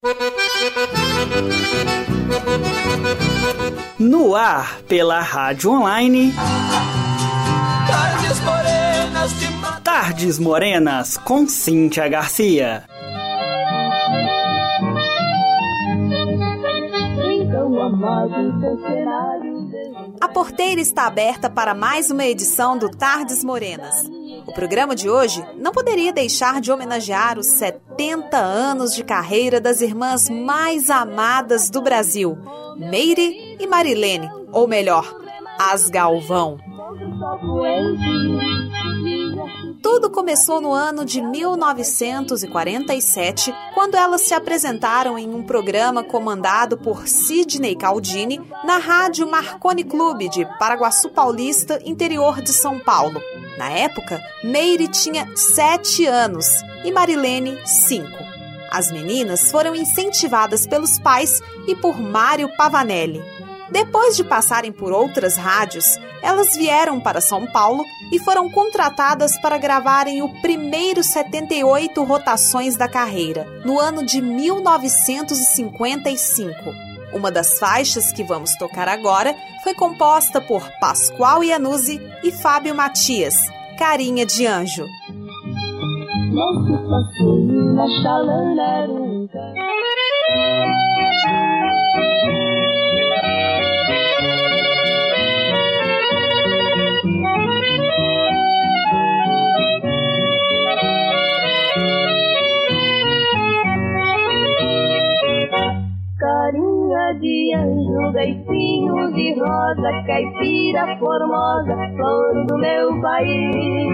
No ar, pela rádio online Tardes Morenas com Cíntia Garcia. A porteira está aberta para mais uma edição do Tardes Morenas. O programa de hoje não poderia deixar de homenagear os 70 anos de carreira das irmãs mais amadas do Brasil, Meire e Marilene, ou melhor, as Galvão. Tudo começou no ano de 1947, quando elas se apresentaram em um programa comandado por Sidney Caldini na Rádio Marconi Clube de Paraguaçu Paulista, interior de São Paulo. Na época, Meire tinha 7 anos e Marilene 5. As meninas foram incentivadas pelos pais e por Mário Pavanelli. Depois de passarem por outras rádios, elas vieram para São Paulo e foram contratadas para gravarem o primeiro 78 rotações da carreira, no ano de 1955. Uma das faixas que vamos tocar agora foi composta por Pascoal Iannuzzi e Fábio Matias, Carinha de Anjo. Carinha de anjo, beicinho de rosa, caipira formosa, flor do meu país.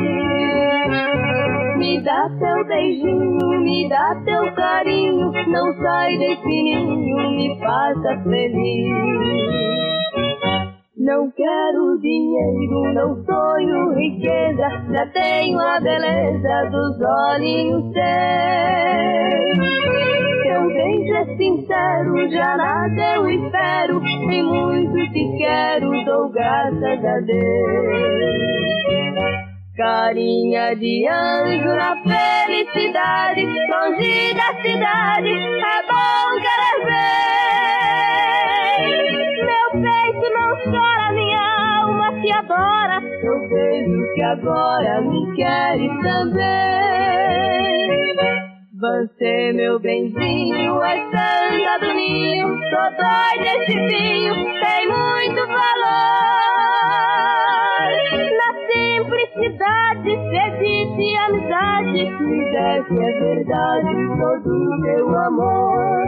Me dá teu beijinho, me dá teu carinho, não sai desse ninho, me faça feliz. Não quero dinheiro, não sonho riqueza, já tenho a beleza dos olhinhos teus. Teu beijo é sincero, já nada eu espero, tem muito te quero, dou graças a Deus. Carinha de anjo na felicidade, longe da cidade, é bom querer ver. Meu peito não chora, minha alma te adora, eu vejo que agora me queres também. Você, meu benzinho, é santa do ninho, sou doida desse vinho, tem muito valor. Na simplicidade, acredite e amizade, me desse a verdade, todo o meu amor.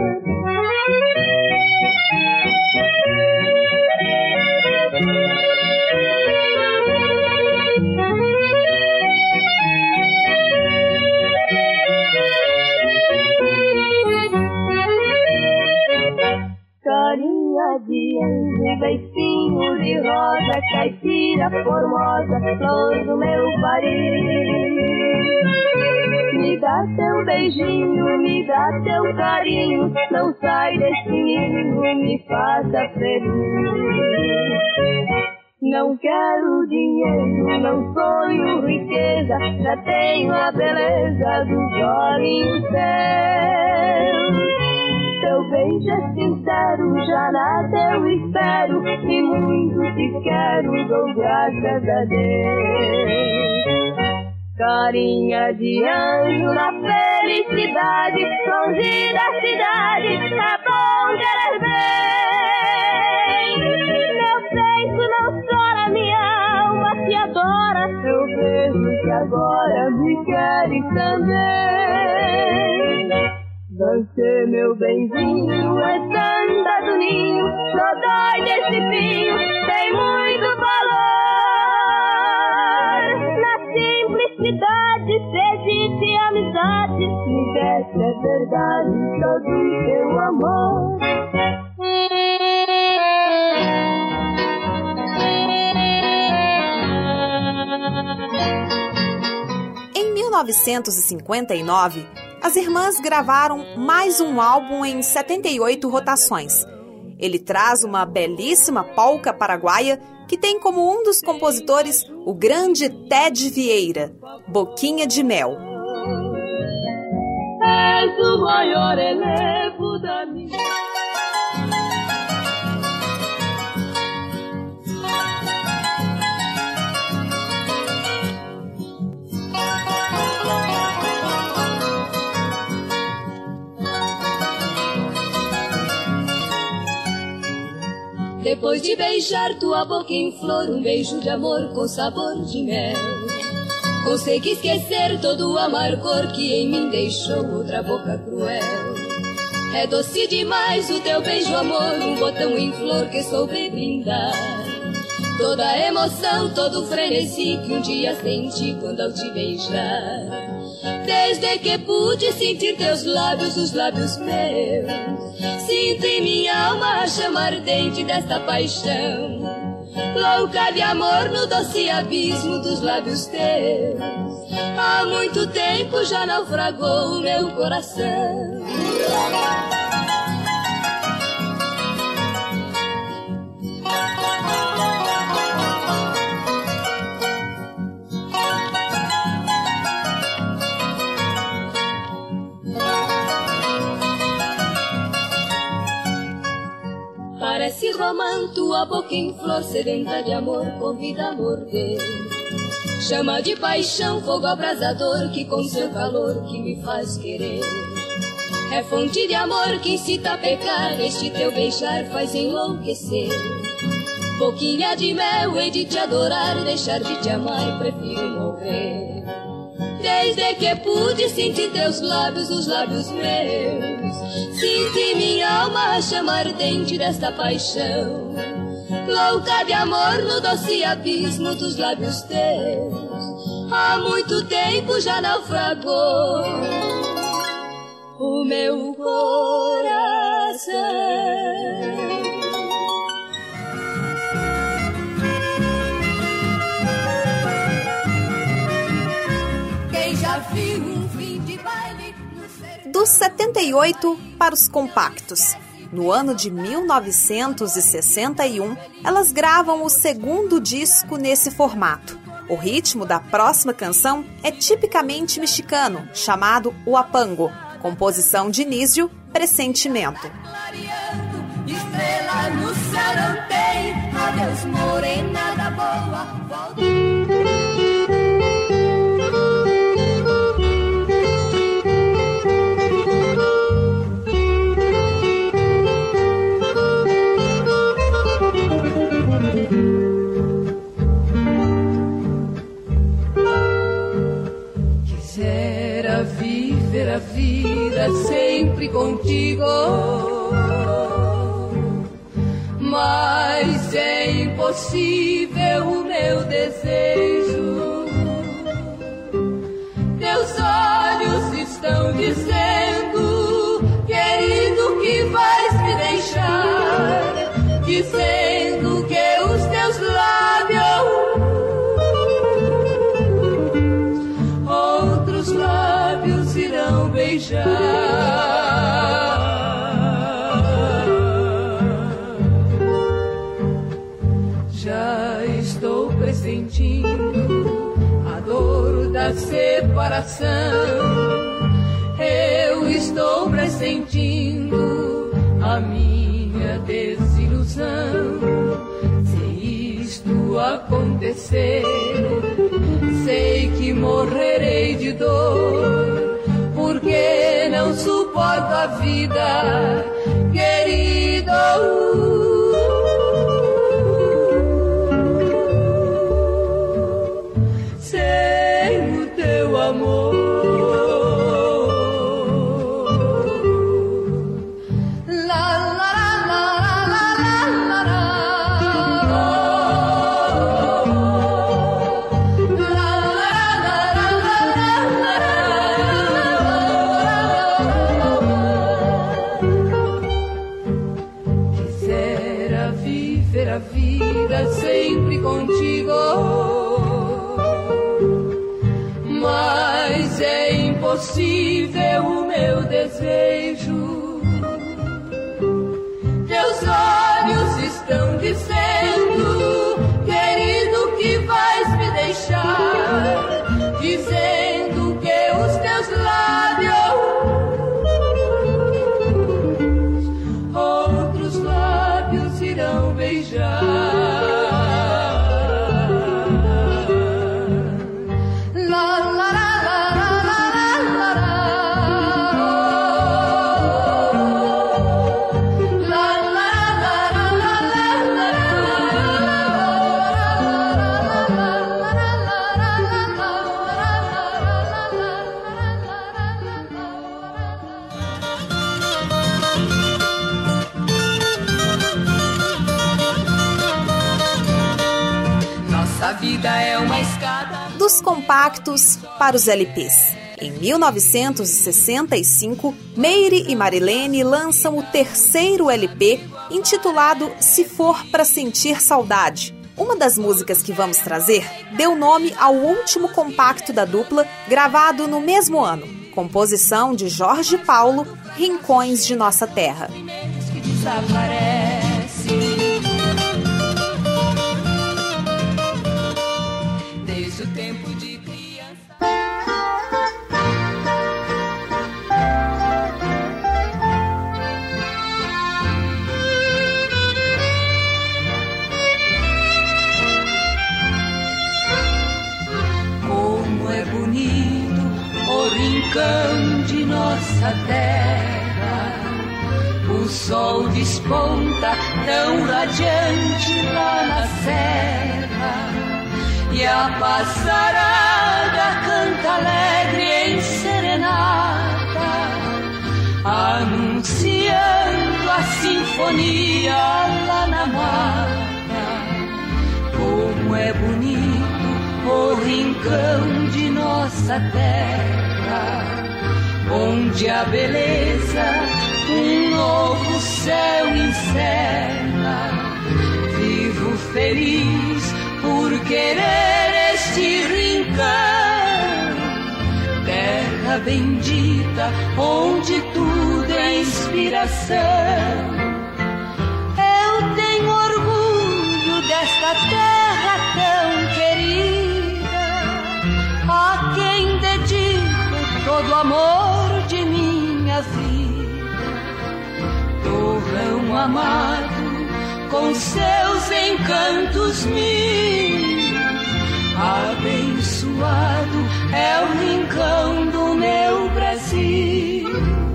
Carinha de anjo, beicinho de rosa, caipira formosa, flor do meu país. Me dá teu beijinho, me dá teu carinho, não sai desse ninho, me faça feliz. Não quero dinheiro, não sonho riqueza, já tenho a beleza dos olhos teus. Teu beijo é sincero, já nada eu espero, e muito te quero, dou graças a Deus. Carinha de anjo na felicidade, longe da cidade, é bom querer ver. Meu peito não chora, minha alma te adora, eu vejo que agora me queres também. Você, meu benzinho, é santa do ninho, sou doida desse vinho, tem muito valor. Na simplicidade, acredite e amizade, me desse a verdade, todo o teu amor. Em 1959, as irmãs gravaram mais um álbum em 78 rotações. Ele traz uma belíssima polca paraguaia que tem como um dos compositores o grande Ted Vieira, Boquinha de Mel. És o maior elevo pra mim. Depois de beijar tua boca em flor, um beijo de amor com sabor de mel, consegui esquecer todo o amargor que em mim deixou outra boca cruel. É doce demais o teu beijo, amor, um botão em flor que soube brindar toda a emoção, todo o frenesi que um dia senti quando ao te beijar. Desde que pude sentir teus lábios, os lábios meus, sinto em minha alma a chama ardente desta paixão, louca de amor no doce abismo dos lábios teus. Há muito tempo já naufragou o meu coração. Parece romã tua boca em flor, sedenta de amor, convida a morder. Chama de paixão, fogo abrasador, que com seu calor que me faz querer. É fonte de amor que incita a pecar, este teu beijar faz enlouquecer. Boquinha de mel, hei de te adorar, deixar de te amar, prefiro morrer. Desde que pude sentir teus lábios, os lábios meus, sinto em minha alma a chama ardente desta paixão, louca de amor no doce abismo dos lábios teus. Há muito tempo já naufragou o meu coração. Dos 78 para os compactos. No ano de 1961, elas gravam o segundo disco nesse formato. O ritmo da próxima canção é tipicamente mexicano, chamado huapango, composição de Nísio, Pressentimento. Estrela no céu não tem, adeus morena da boa, volta. Quisera viver a vida sempre contigo, mas é impossível o meu desejo. Teus olhos estão dizendo, querido, que vais me deixar, dizendo que os teus lábios outros lábios irão beijar. Já estou pressentindo a dor da separação. Eu estou pressentindo a minha desilusão. Se isto acontecer, sei que morrerei de dor, porque não suporto a vida, querido. Sem o teu amor. dos compactos para os LPs. Em 1965, Meire e Marilene lançam o terceiro LP, intitulado Se For Pra Sentir Saudade. Uma das músicas que vamos trazer deu nome ao último compacto da dupla, gravado no mesmo ano. Composição de Jorge Paulo, Rincões de Nossa Terra. Desde o tempo de criança. Como é bonito o rincão de nossa terra. O sol desponta tão radiante lá na serra. E a passarada canta alegre em serenata, anunciando a sinfonia lá na mata. Como é bonito o rincão de nossa terra, onde a beleza um novo céu encerra. Vivo feliz por querer este rincão, terra bendita onde tudo é inspiração. Eu tenho orgulho desta terra tão querida, a quem dedico todo o amor de minha vida. Torrão amado com seus encantos mil, abençoado é o rincão do meu Brasil.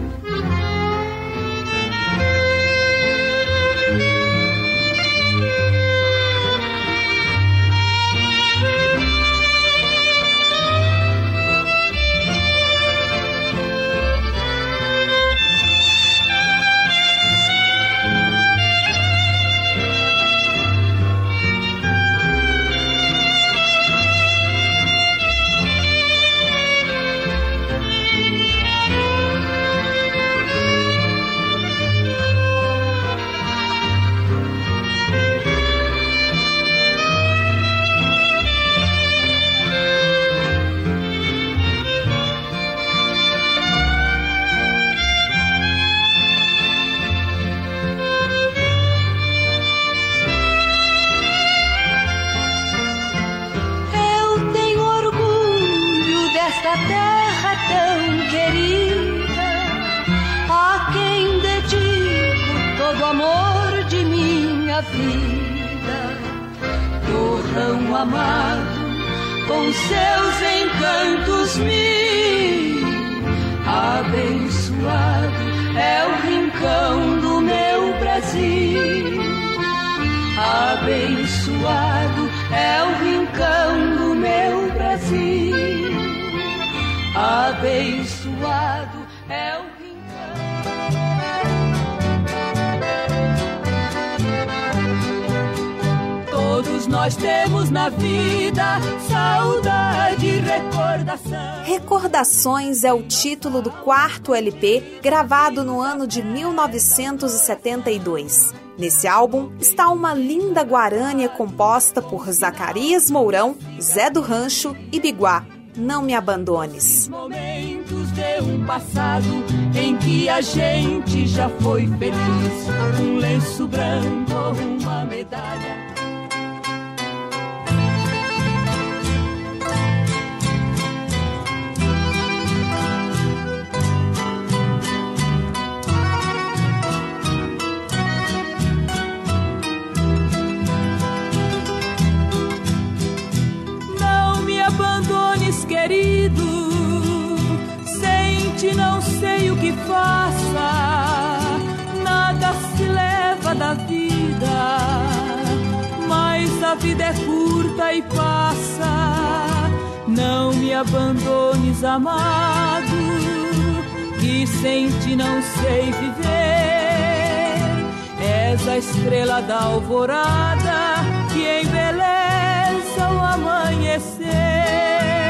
Torrão amado com seus encantos mil, abençoado é o rincão do meu Brasil. Abençoado é o rincão do meu Brasil. Abençoado é o Todos nós temos na vida saudade e recordação. Recordações é o título do quarto LP, gravado no ano de 1972. Nesse álbum está uma linda guarânia composta por Zacarias Mourão, Zé do Rancho e Biguá. Não me abandones. Momentos de um passado em que a gente já foi feliz. Um lenço branco, uma medalha. Querido, sente, não sei o que faça, nada se leva da vida, mas a vida é curta e passa. Não me abandones, amado, que sem ti não sei viver. És a estrela da alvorada que embeleza o amanhecer.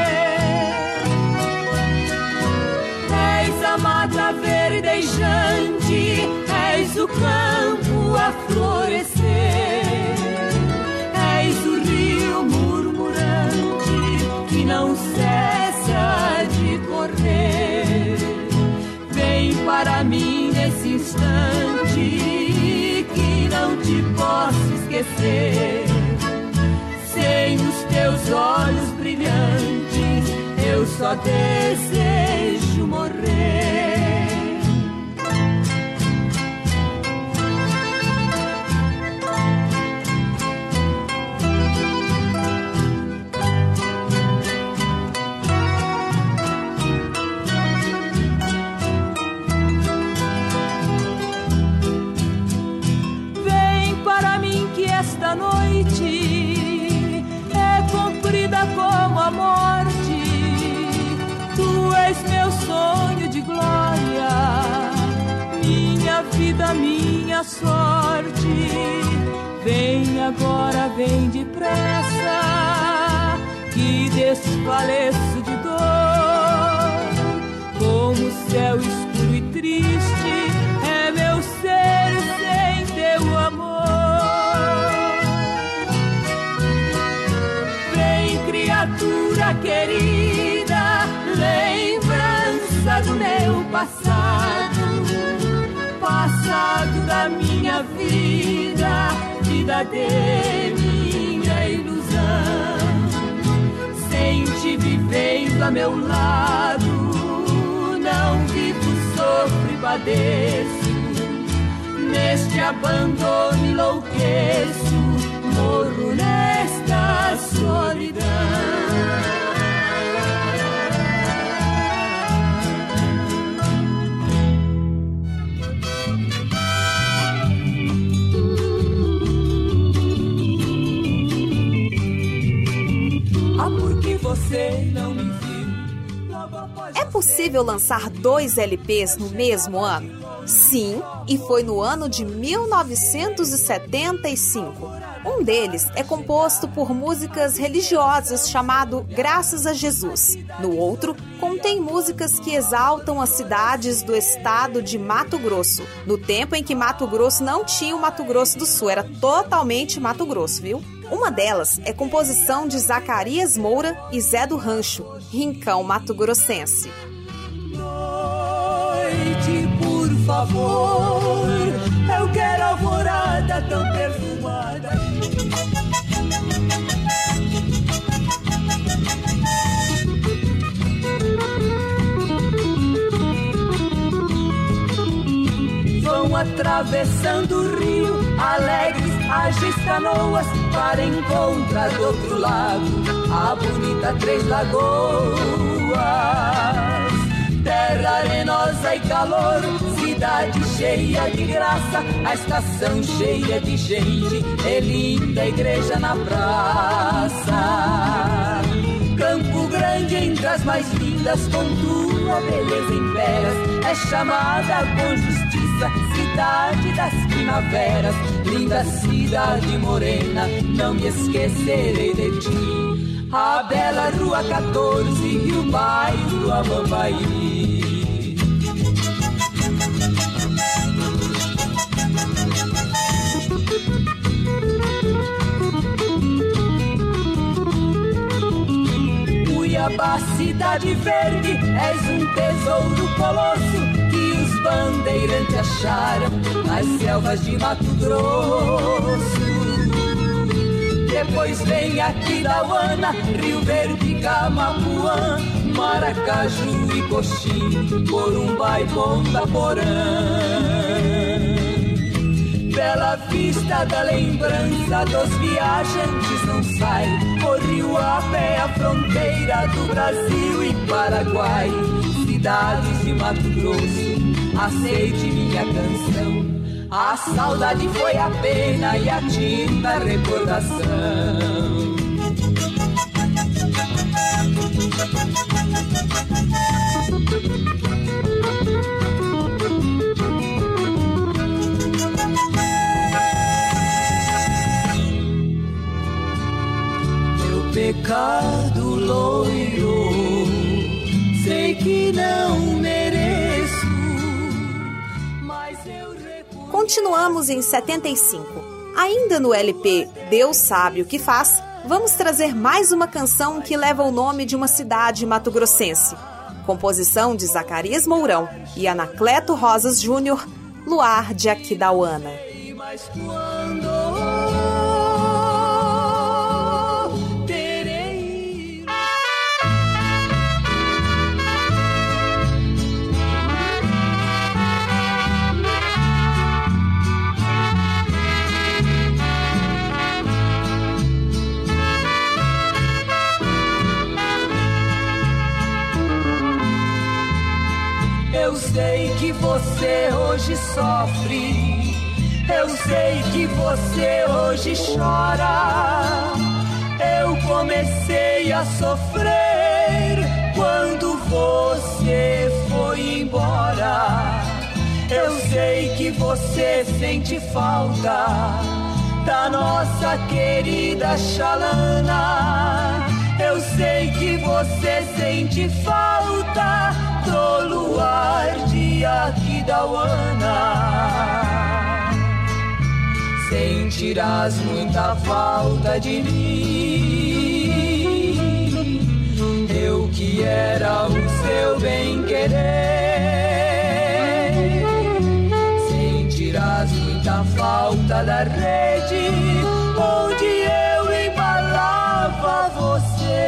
instante que não te posso esquecer. Sem os teus olhos brilhantes, eu só desejo morrer. Esta noite é comprida como a morte. Tu és meu sonho de glória, minha vida, minha sorte. Vem agora, vem depressa, que desfaleço de dor. Como o céu escuro e triste é meu ser sem teu amor. Criatura querida, lembrança do meu passado, passado da minha vida, vida de minha ilusão. Sem te vivendo a meu lado, não vivo, sofro e padeço. Neste abandono enlouqueço, morro nesta solidão. Ah, porque você não me viu logo após. É possível lançar 2 LPs no mesmo ano? Sim, e foi no ano de 1975. Um deles é composto por músicas religiosas chamado Graças a Jesus. No outro, contém músicas que exaltam as cidades do estado de Mato Grosso, no tempo em que Mato Grosso não tinha o Mato Grosso do Sul, era totalmente Mato Grosso, viu? Uma delas é composição de Zacarias Moura e Zé do Rancho, Rincão Mato Grossense. Noite, por favor, eu quero alvorada tão perfumada. Vão atravessando o rio, alegres ágeis canoas, para encontrar do outro lado a bonita Três Lagoas. Terra arenosa e calor, cidade cheia de graça, a estação cheia de gente, e linda igreja na praça. Campo Grande entre as mais lindas, com tua beleza em peras, é chamada com justiça cidade das primaveras. Linda cidade morena, não me esquecerei de ti. A bela Rua 14 e o bairro Amambaí. Cuiabá, cidade verde, és um tesouro colosso que os bandeirantes acharam nas selvas de Mato Grosso. Depois vem Aquidauana, Rio Verde, Camapuã, Maracaju e Coxim, Corumbá e Ponta Porã. Bela vista da lembrança dos viajantes não sai, o rio a pé a fronteira do Brasil e Paraguai. Cidades de Mato Grosso, aceite minha canção. A saudade foi a pena e a tinta a recordação. Meu pecado loiro, sei que não mereço, mas eu reconheço. Continuamos em 75. Ainda no LP Deus Sabe o que Faz, vamos trazer mais uma canção que leva o nome de uma cidade mato-grossense. Composição de Zacarias Mourão e Anacleto Rosas Júnior, Luar de Aquidauana. Mas quando terei... Eu sei que você hoje sofre, eu sei que você hoje chora. Eu comecei a sofrer quando você foi embora. Eu sei que você sente falta da nossa querida Xalana. Eu sei que você sente falta do luar de Aquidauana. Sentirás muita falta de mim, eu que era o seu bem-querer. Sentirás muita falta da rede onde eu embalava você.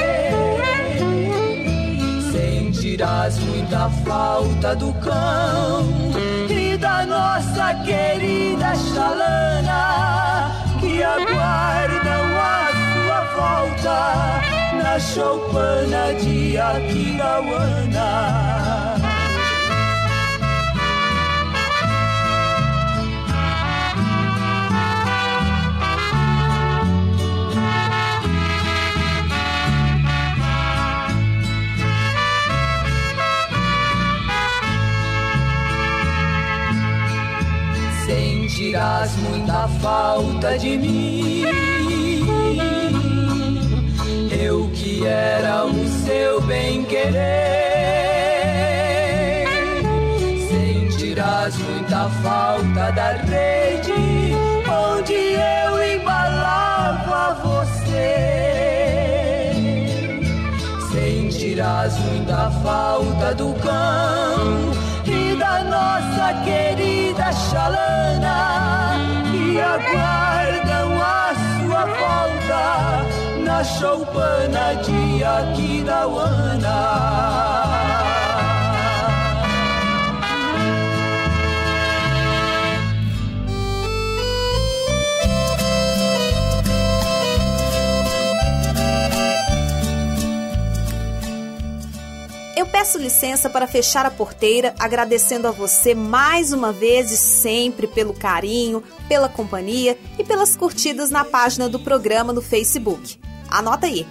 Sentirás muita falta do cão e da nossa querida Xalana, que aguardam a sua volta na choupana de Aquidauana. Sentirás muita falta de mim, eu que era o seu bem-querer. Sentirás muita falta da rede onde eu embalava você. Sentirás muita falta do cão e da nossa querida Xalana, que aguardam a sua volta na choupana de Aquidauana. Eu peço licença para fechar a porteira, agradecendo a você mais uma vez e sempre pelo carinho, pela companhia e pelas curtidas na página do programa no Facebook. Anota aí,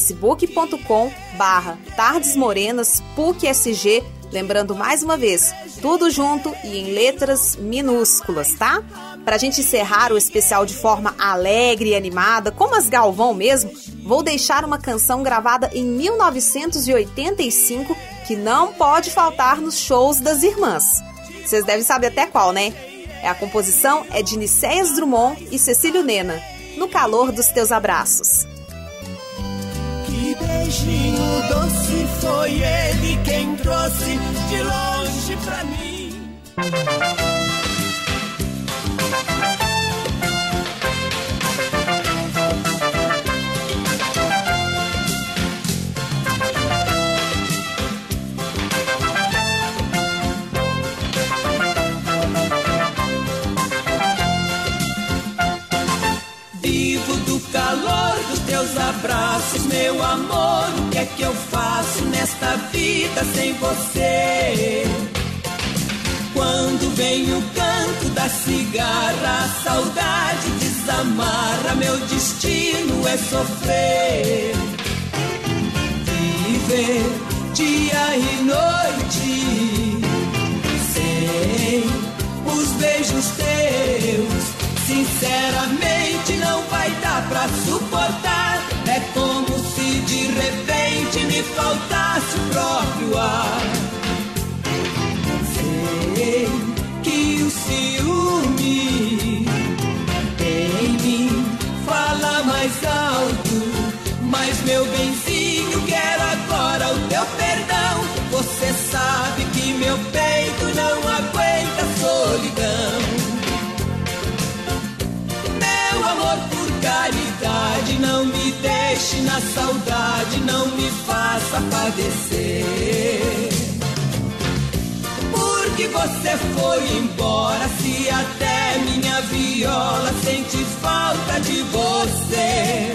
facebook.com/tardesmorenas.puc-sg, lembrando mais uma vez, tudo junto e em letras minúsculas, tá? Pra gente encerrar o especial de forma alegre e animada, como as Galvão mesmo, vou deixar uma canção gravada em 1985 que não pode faltar nos shows das irmãs. Vocês devem saber até qual, né? A composição é de Nicéias Drummond e Cecílio Nena, No Calor dos Teus Abraços. Que beijinho doce foi ele quem trouxe de longe pra mim. Vivo do calor dos teus abraços, meu amor, o que é que eu faço nesta vida sem você? Quando vem o canto da cigarra, a saudade desamarra, meu destino é sofrer. Viver dia e noite sem os beijos teus, sinceramente não vai dar pra suportar. É como se de repente me faltasse o próprio ar. Sei que o ciúme em mim fala mais alto, mas meu benzinho, quero agora o teu perdão. Você sabe que meu peito não aguenta solidão. deixe na saudade, não me faça padecer. Porque você foi embora, se até minha viola sente falta de você.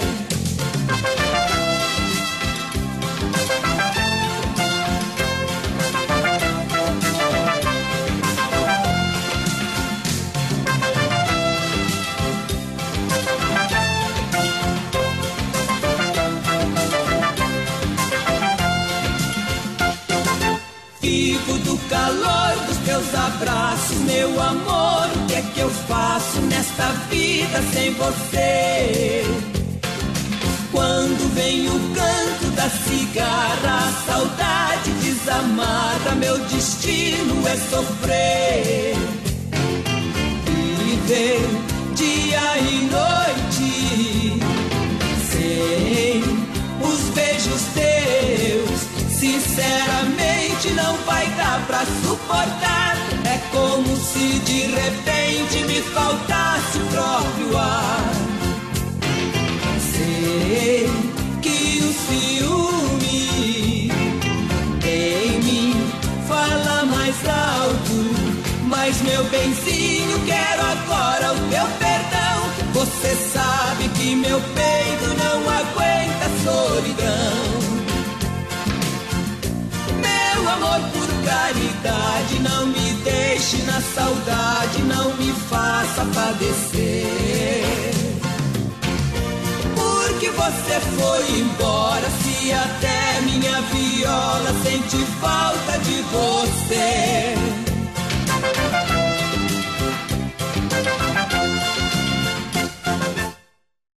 Vivo do calor dos teus abraços, meu amor, o que é que eu faço nesta vida sem você? Quando vem o canto da cigarra, a saudade desamarra, meu destino é sofrer. Viver dia e noite sem os beijos teus, sinceramente não vai dar pra suportar. É como se de repente me faltasse o próprio ar. Sei que o ciúme em mim fala mais alto, mas meu benzinho, quero agora o teu perdão. Você sabe que meu peito não aguenta a solidão. Meu amor, por caridade, não me deixe na saudade, não me faça padecer. Porque você foi embora, se até minha viola sente falta de você.